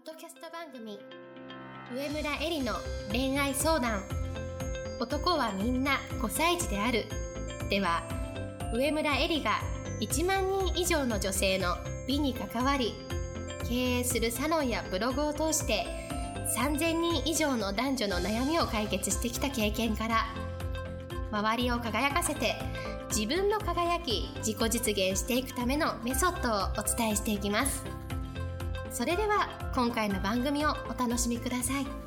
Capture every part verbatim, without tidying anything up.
ドキャスト番組上村えりの恋愛相談。男はみんなごさい児であるでは、上村えりがいちまんにん以上の女性の美に関わり、経営するサロンやブログを通してさんぜんにん以上の男女の悩みを解決してきた経験から、周りを輝かせて自分の輝き自己実現していくためのメソッドをお伝えしていきます。それでは今回の番組をお楽しみください。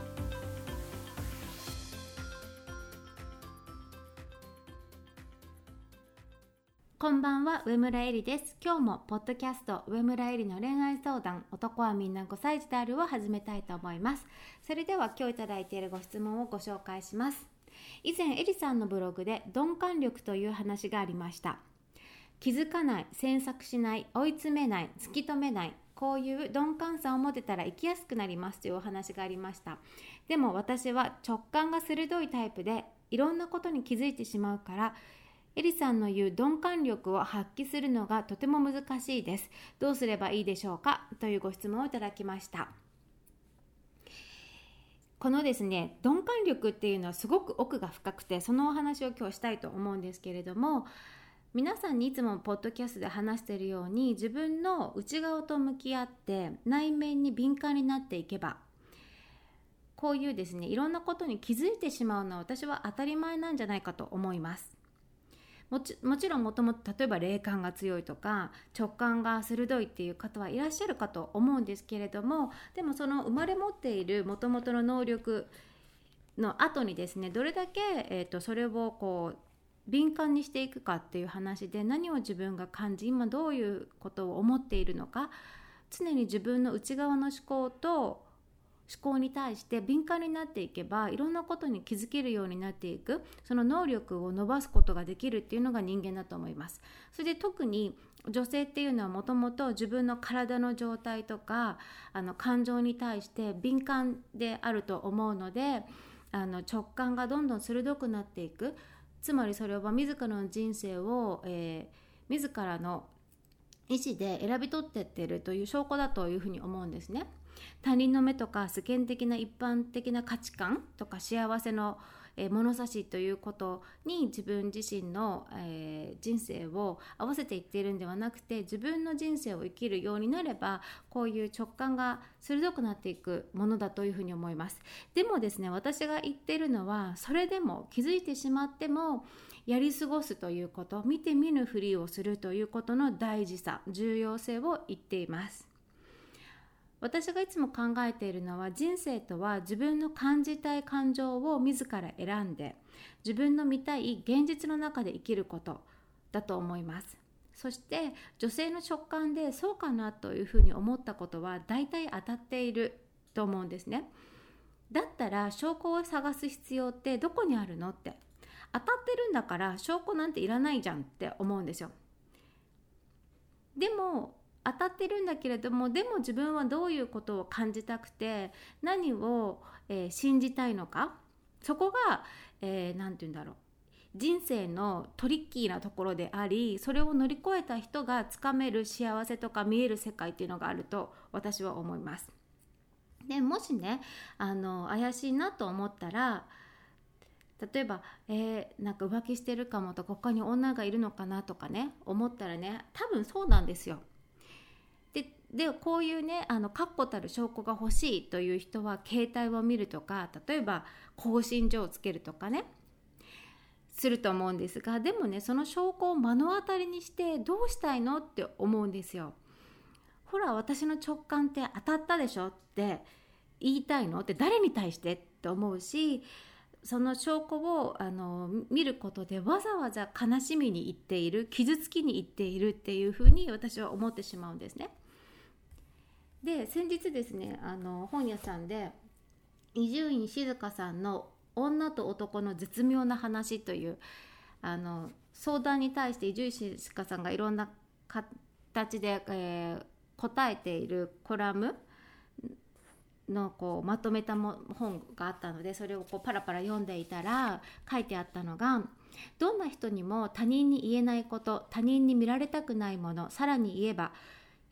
こんばんは、上村えりです。今日もポッドキャスト上村えりの恋愛相談、男はみんなごさい児であるを始めたいと思います。それでは今日いただいているご質問をご紹介します。以前えりさんのブログで鈍感力という話がありました。気づかない、詮索しない、追い詰めない、突き止めない、こういう鈍感さを持てたら生きやすくなりますというお話がありました。でも私は直感が鋭いタイプで、いろんなことに気づいてしまうから、えりさんの言う鈍感力を発揮するのがとても難しいです。どうすればいいでしょうかというご質問をいただきました。このですね、鈍感力っていうのはすごく奥が深くて、そのお話を今日したいと思うんですけれども、皆さんにいつもポッドキャストで話しているように、自分の内側と向き合って内面に敏感になっていけば、こういうですね、いろんなことに気づいてしまうのは私は当たり前なんじゃないかと思います。もち、もちろんもともと例えば霊感が強いとか直感が鋭いっていう方はいらっしゃるかと思うんですけれども、でもその生まれ持っているもともとの能力の後にですね、どれだけ、えーと、それをこう敏感にしていくかっていう話で、何を自分が感じ、今どういうことを思っているのか、常に自分の内側の思考と思考に対して敏感になっていけば、いろんなことに気づけるようになっていく、その能力を伸ばすことができるっていうのが人間だと思います。それで特に女性っていうのはもともと自分の体の状態とかあの感情に対して敏感であると思うので、あの直感がどんどん鋭くなっていく。つまりそれは自らの人生を、えー、自らの意思で選び取っていっているという証拠だというふうに思うんですね。他人の目とか世間的な一般的な価値観とか幸せの、えー、物差しということに自分自身の、えー、人生を合わせていっているんではなくて、自分の人生を生きるようになれば、こういう直感が鋭くなっていくものだというふうに思います。でもですね、私が言っているのは、それでも気づいてしまってもやり過ごすということ、見て見ぬふりをするということの大事さ、重要性を言っています。私がいつも考えているのは、人生とは自分の感じたい感情を自ら選んで、自分の見たい現実の中で生きることだと思います。そして女性の直感でそうかなというふうに思ったことは大体当たっていると思うんですね。だったら証拠を探す必要ってどこにあるのって、当たってるんだから証拠なんていらないじゃんって思うんですよ。でも当たってるんだけれども、でも自分はどういうことを感じたくて、何を、えー、信じたいのか、そこが、えー、なんて言うんだろう、人生のトリッキーなところであり、それを乗り越えた人がつかめる幸せとか見える世界っていうのがあると私は思います。でもしね、あの怪しいなと思ったら、例えば、えー、なんか浮気してるかもとか、他に女がいるのかなとかね、思ったらね、多分そうなんですよ。で, でこういうね、あの確固たる証拠が欲しいという人は携帯を見るとか、例えば更新状をつけるとかね、すると思うんですが、でもね、その証拠を目の当たりにしてどうしたいのって思うんですよ。ほら私の直感って当たったでしょって言いたいのって、誰に対してって思うし、その証拠をあの見ることでわざわざ悲しみにいっている、傷つきにいっているっていうふうに私は思ってしまうんですね。で、先日ですね、あの本屋さんで伊集院静香さんの女と男の絶妙な話というあの相談に対して伊集院静香さんがいろんな形で、えー、答えているコラムのこうまとめたも本があったので、それをこうパラパラ読んでいたら書いてあったのが、どんな人にも他人に言えないこと、他人に見られたくないもの、さらに言えば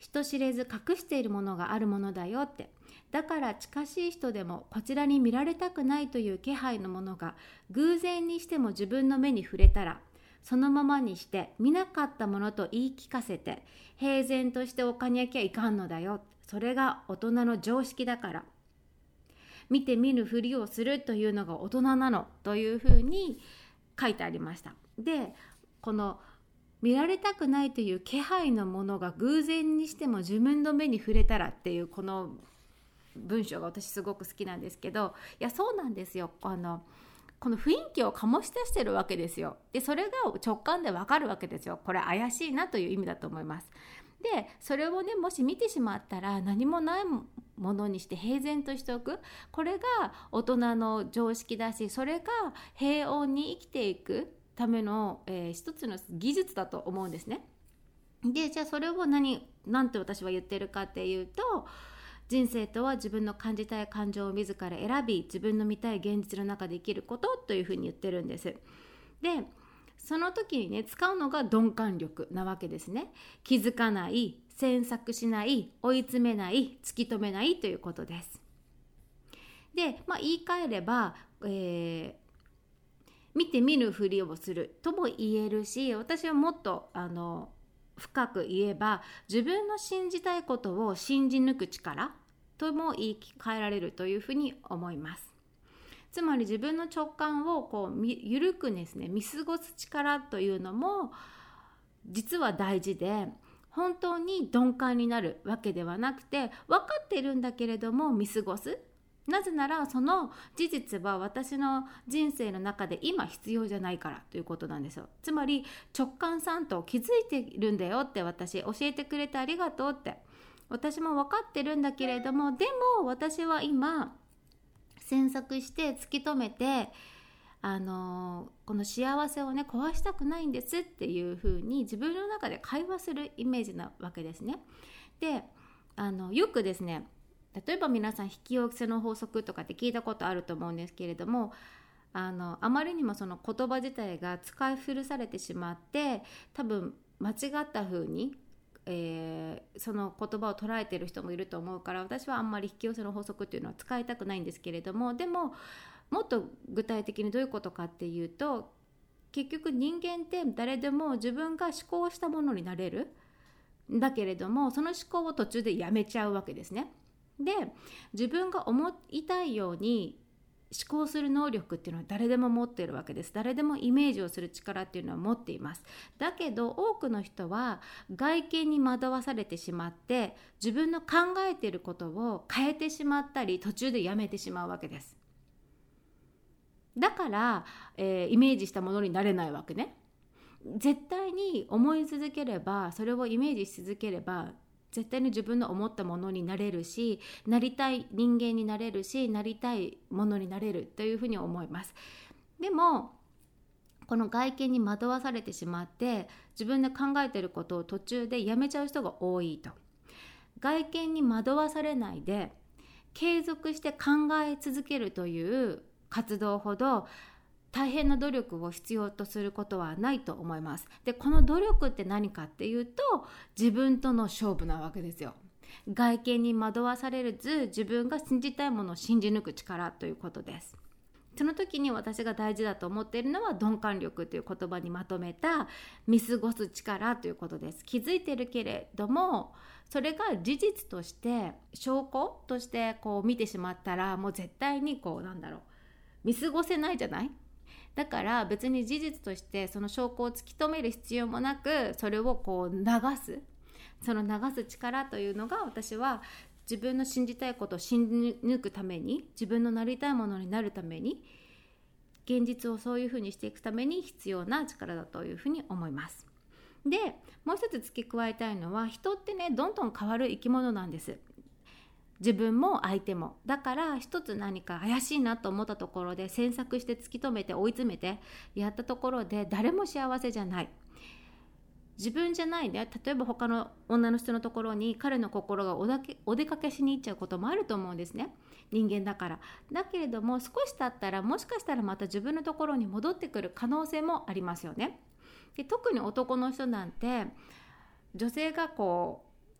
人知れず隠しているものがあるものだよって。だから近しい人でもこちらに見られたくないという気配のものが偶然にしても自分の目に触れたら、そのままにして見なかったものと言い聞かせて平然としておかにゃきゃいかんのだよ。それが大人の常識だから。見て見ぬふりをするというのが大人なのというふうに書いてありました。で、この見られたくないという気配のものが偶然にしても自分の目に触れたらっていうこの文章が私すごく好きなんですけど、いやそうなんですよ。あのこの雰囲気を醸し出してるわけですよ。でそれが直感でわかるわけですよ。これ怪しいなという意味だと思います。でそれをね、もし見てしまったら何もないものにして平然としておく、これが大人の常識だし、それが平穏に生きていくための、えー、一つの技術だと思うんですね。でじゃあそれを何なんて私は言ってるかっていうと、人生とは自分の感じたい感情を自ら選び、自分の見たい現実の中で生きることというふうに言ってるんです。でその時にね、使うのが鈍感力なわけですね。気づかない、詮索しない、追い詰めない、突き止めないということです。で、まあ、言い換えれば、えー、見て見ぬふりをするとも言えるし、私はもっとあの深く言えば、自分の信じたいことを信じ抜く力とも言い換えられるというふうに思います。つまり自分の直感をこう緩くですね、見過ごす力というのも実は大事で、本当に鈍感になるわけではなくて、分かっているんだけれども見過ごす。なぜならその事実は私の人生の中で今必要じゃないからということなんですよ。つまり直感さんと気づいているんだよって、私教えてくれてありがとうって、私も分かってるんだけれども、でも私は今詮索して突き止めて、あのー、この幸せをね壊したくないんですっていう風に自分の中で会話するイメージなわけですね。であのよくですね、例えば皆さん引き寄せの法則とかって聞いたことあると思うんですけれども、あのあまりにもその言葉自体が使い古されてしまって、多分間違った風にえー、その言葉を捉えている人もいると思うから、私はあんまり引き寄せの法則っていうのは使いたくないんですけれども、でももっと具体的にどういうことかっていうと、結局人間って誰でも自分が思考したものになれるんだけれども、その思考を途中でやめちゃうわけですね。で自分が思いたいように思考する能力っていうのは誰でも持っているわけです。誰でもイメージをする力っていうのは持っています。だけど多くの人は外見に惑わされてしまって、自分の考えていることを変えてしまったり、途中でやめてしまうわけです。だから、えー、イメージしたものになれないわけね。絶対に思い続ければ、それをイメージし続ければ、絶対に自分の思ったものになれるし、なりたい人間になれるし、なりたいものになれるというふうに思います。でもこの外見に惑わされてしまって、自分で考えていることを途中でやめちゃう人が多いと。外見に惑わされないで継続して考え続けるという活動ほど大変な努力を必要とすることはないと思います。で、この努力って何かっていうと、自分との勝負なわけですよ。外見に惑わされず、自分が信じたいものを信じ抜く力ということです。その時に私が大事だと思っているのは、鈍感力という言葉にまとめた見過ごす力ということです。気づいているけれども、それが事実として証拠としてこう見てしまったら、もう絶対にこうなんだろう見過ごせないじゃない。だから別に事実としてその証拠を突き止める必要もなく、それをこう流す、その流す力というのが、私は自分の信じたいことを信じ抜くために、自分のなりたいものになるために、現実をそういうふうにしていくために必要な力だというふうに思います。で、もう一つ付け加えたいのは、人ってね、どんどん変わる生き物なんです。自分も相手も。だから一つ何か怪しいなと思ったところで詮索して突き止めて追い詰めてやったところで、誰も幸せじゃない。自分じゃないね、例えば他の女の人のところに彼の心がおだけお出かけしに行っちゃうこともあると思うんですね。人間だから。だけれども少し経ったら、もしかしたらまた自分のところに戻ってくる可能性もありますよね。で、特に男の人なんて、女性がこう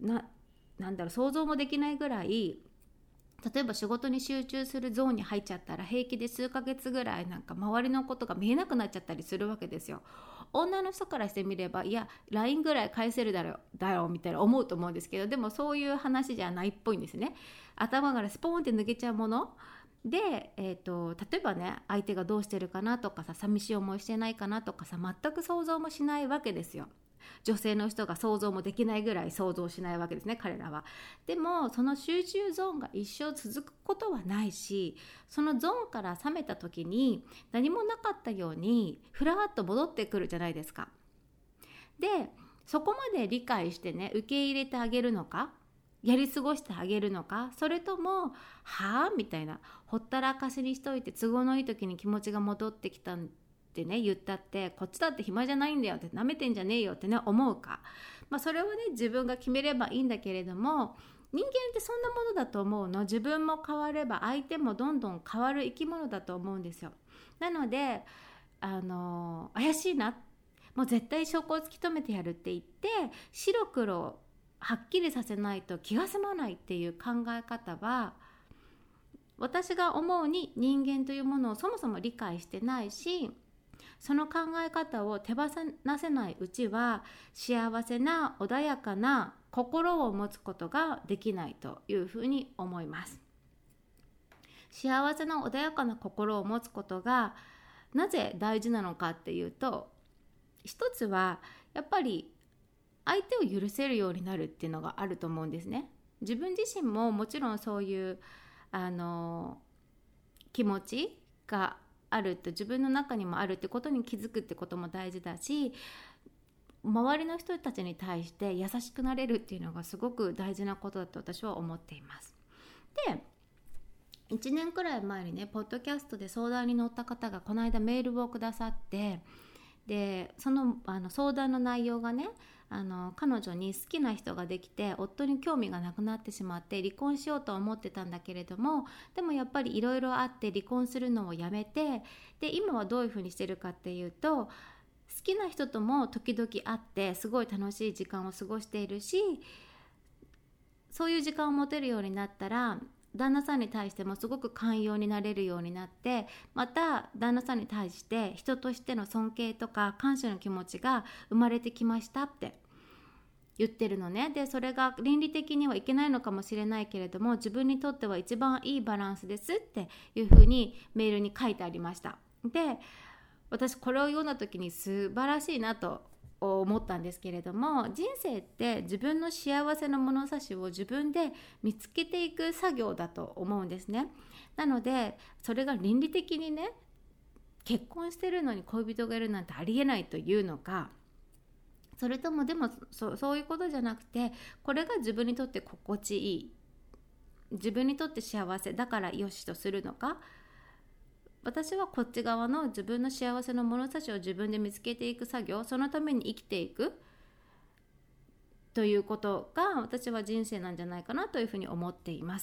な、なんだろう想像もできないぐらい、例えば仕事に集中するゾーンに入っちゃったら平気で数ヶ月ぐらいなんか周りのことが見えなくなっちゃったりするわけですよ。女の人からしてみれば、いや ライン ぐらい返せるだろうだろうみたいな思うと思うんですけど、でもそういう話じゃないっぽいんですね。頭からスポーンって抜けちゃうもので、えーと、例えばね、相手がどうしてるかなとかさ、寂しい思いしてないかなとかさ、全く想像もしないわけですよ。女性の人が想像もできないぐらい想像しないわけですね、彼らは。でもその集中ゾーンが一生続くことはないし、そのゾーンから覚めた時に何もなかったようにふらっと戻ってくるじゃないですか。でそこまで理解してね、受け入れてあげるのか、やり過ごしてあげるのか、それともはぁみたいな、ほったらかしにしといて都合のいい時に気持ちが戻ってきたんってね言ったって、こっちだって暇じゃないんだよって、なめてんじゃねえよってね思うか、まあ、それはね自分が決めればいいんだけれども、人間ってそんなものだと思うの。自分も変われば相手もどんどん変わる生き物だと思うんですよ。なのであの怪しいな、もう絶対証拠を突き止めてやるって言って白黒はっきりさせないと気が済まないっていう考え方は、私が思うに人間というものをそもそも理解してないし、その考え方を手放せないうちは幸せな穏やかな心を持つことができないというふうに思います。幸せな穏やかな心を持つことがなぜ大事なのかっていうと、一つはやっぱり相手を許せるようになるっていうのがあると思うんですね。自分自身ももちろんそういうあの気持ちがあると、自分の中にもあるってことに気づくってことも大事だし、周りの人たちに対して優しくなれるっていうのがすごく大事なことだと私は思っています。でいちねんくらい前にね、ポッドキャストで相談に乗った方がこの間メールをくださって、でその、あの相談の内容がね、あの彼女に好きな人ができて夫に興味がなくなってしまって離婚しようと思ってたんだけれども、でもやっぱりいろいろあって離婚するのをやめて、で今はどういうふうにしてるかっていうと、好きな人とも時々会ってすごい楽しい時間を過ごしているし、そういう時間を持てるようになったら旦那さんに対してもすごく寛容になれるようになって、また旦那さんに対して人としての尊敬とか感謝の気持ちが生まれてきましたって言ってるのね。でそれが倫理的にはいけないのかもしれないけれども、自分にとっては一番いいバランスですっていうふうにメールに書いてありました。で私これを読んだ時に素晴らしいなと思ったんですけれども、人生って自分の幸せの物差しを自分で見つけていく作業だと思うんですね。なのでそれが倫理的にね、結婚してるのに恋人がいるなんてありえないというのか、それともでも そ, そういうことじゃなくて、これが自分にとって心地いい、自分にとって幸せだからよしとするのか、私はこっち側の自分の幸せの物差しを自分で見つけていく作業、そのために生きていくということが私は人生なんじゃないかなというふうに思っています。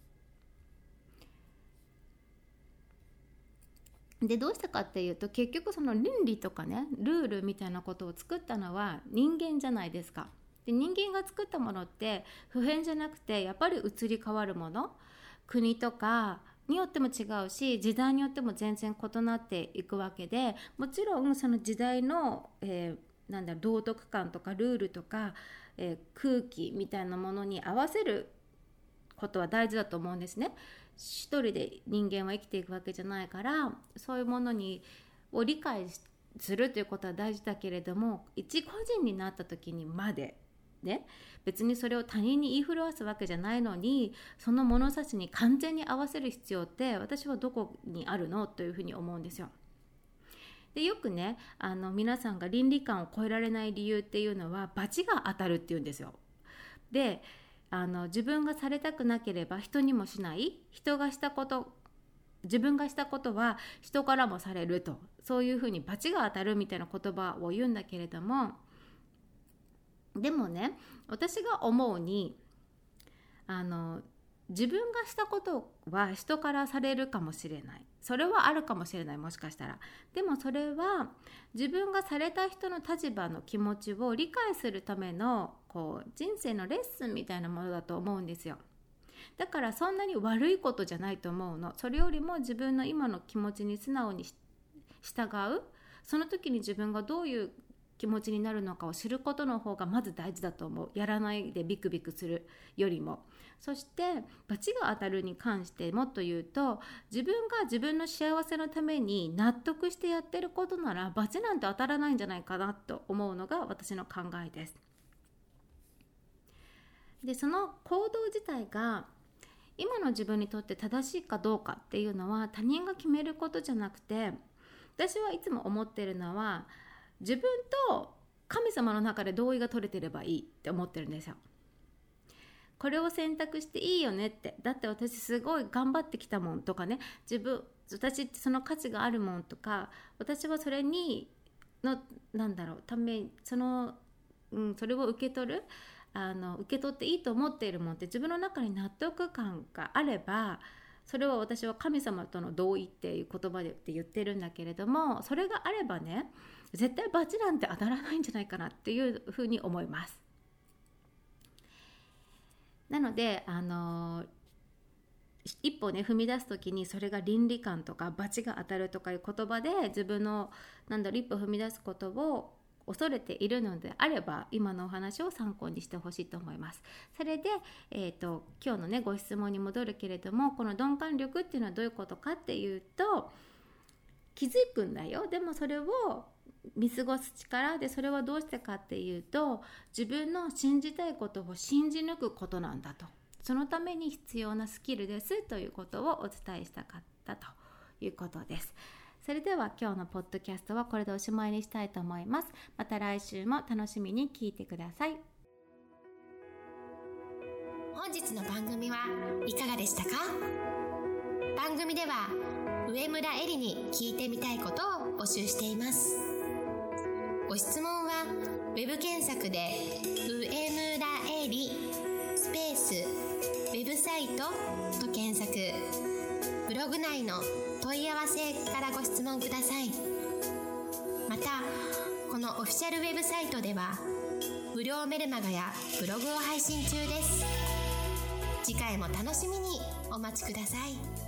でどうしたかっていうと、結局その倫理とかね、ルールみたいなことを作ったのは人間じゃないですか。で人間が作ったものって普遍じゃなくてやっぱり移り変わるもの、国とかによっても違うし、時代によっても全然異なっていくわけで、もちろんその時代の、えー、なんだろう道徳観とかルールとか、えー、空気みたいなものに合わせることは大事だと思うんですね。一人で人間は生きていくわけじゃないから、そういうものにを理解するということは大事だけれども、一個人になった時にまでね、別にそれを他人に言いふるわすわけじゃないのに、その物差しに完全に合わせる必要って私はどこにあるのというふうに思うんですよ。でよくね、あの皆さんが倫理観を超えられない理由っていうのは罰が当たるっていうんですよ。であの自分がされたくなければ人にもしない、人がしたこと、自分がしたことは人からもされると、そういうふうに罰が当たるみたいな言葉を言うんだけれども、でもね、私が思うに、あの自分がしたことは人からされるかもしれない、それはあるかもしれない、もしかしたら。でもそれは自分がされた人の立場の気持ちを理解するためのこう人生のレッスンみたいなものだと思うんですよ。だからそんなに悪いことじゃないと思うの。それよりも自分の今の気持ちに素直に従う、その時に自分がどういう気持ちになるのかを知ることの方がまず大事だと思う。やらないでビクビクするよりも。そして罰が当たるに関してもっと言うと、自分が自分の幸せのために納得してやってることなら罰なんて当たらないんじゃないかなと思うのが私の考えです。で、その行動自体が今の自分にとって正しいかどうかっていうのは他人が決めることじゃなくて、私はいつも思っているのは、自分と神様の中で同意が取れてればいいって思ってるんですよ。これを選択していいよねって、だって私すごい頑張ってきたもんとかね、自分私ってその価値があるもんとか、私はそれにのなんだろうためその、うん、それを受け取るあの受け取っていいと思っているもんって自分の中に納得感があれば、それは私は神様との同意っていう言葉でって言ってるんだけれども、それがあればね、絶対罰なんて当たらないんじゃないかなっていうふうに思います。なのであの一歩ね踏み出すときに、それが倫理観とか罰が当たるとかいう言葉で自分のなんだろう一歩踏み出すことを恐れているのであれば、今のお話を参考にしてほしいと思います。それで、えーと、今日のねご質問に戻るけれども、この鈍感力っていうのはどういうことかっていうと、気づくんだよ。でもそれを見過ごす力で、それはどうしてかっていうと、自分の信じたいことを信じ抜くことなんだと。そのために必要なスキルですということをお伝えしたかったということです。それでは今日のポッドキャストはこれでおしまいにしたいと思います。また来週も楽しみに聞いてください。 本日の番組はいかがでしたか？番組では上村えりに聞いてみたいことを募集しています。ご質問はウェブ検索で上村えりスペースウェブサイトと検索、ブログ内の問い合わせからご質問ください。またこのオフィシャルウェブサイトでは無料メルマガやブログを配信中です。次回も楽しみにお待ちください。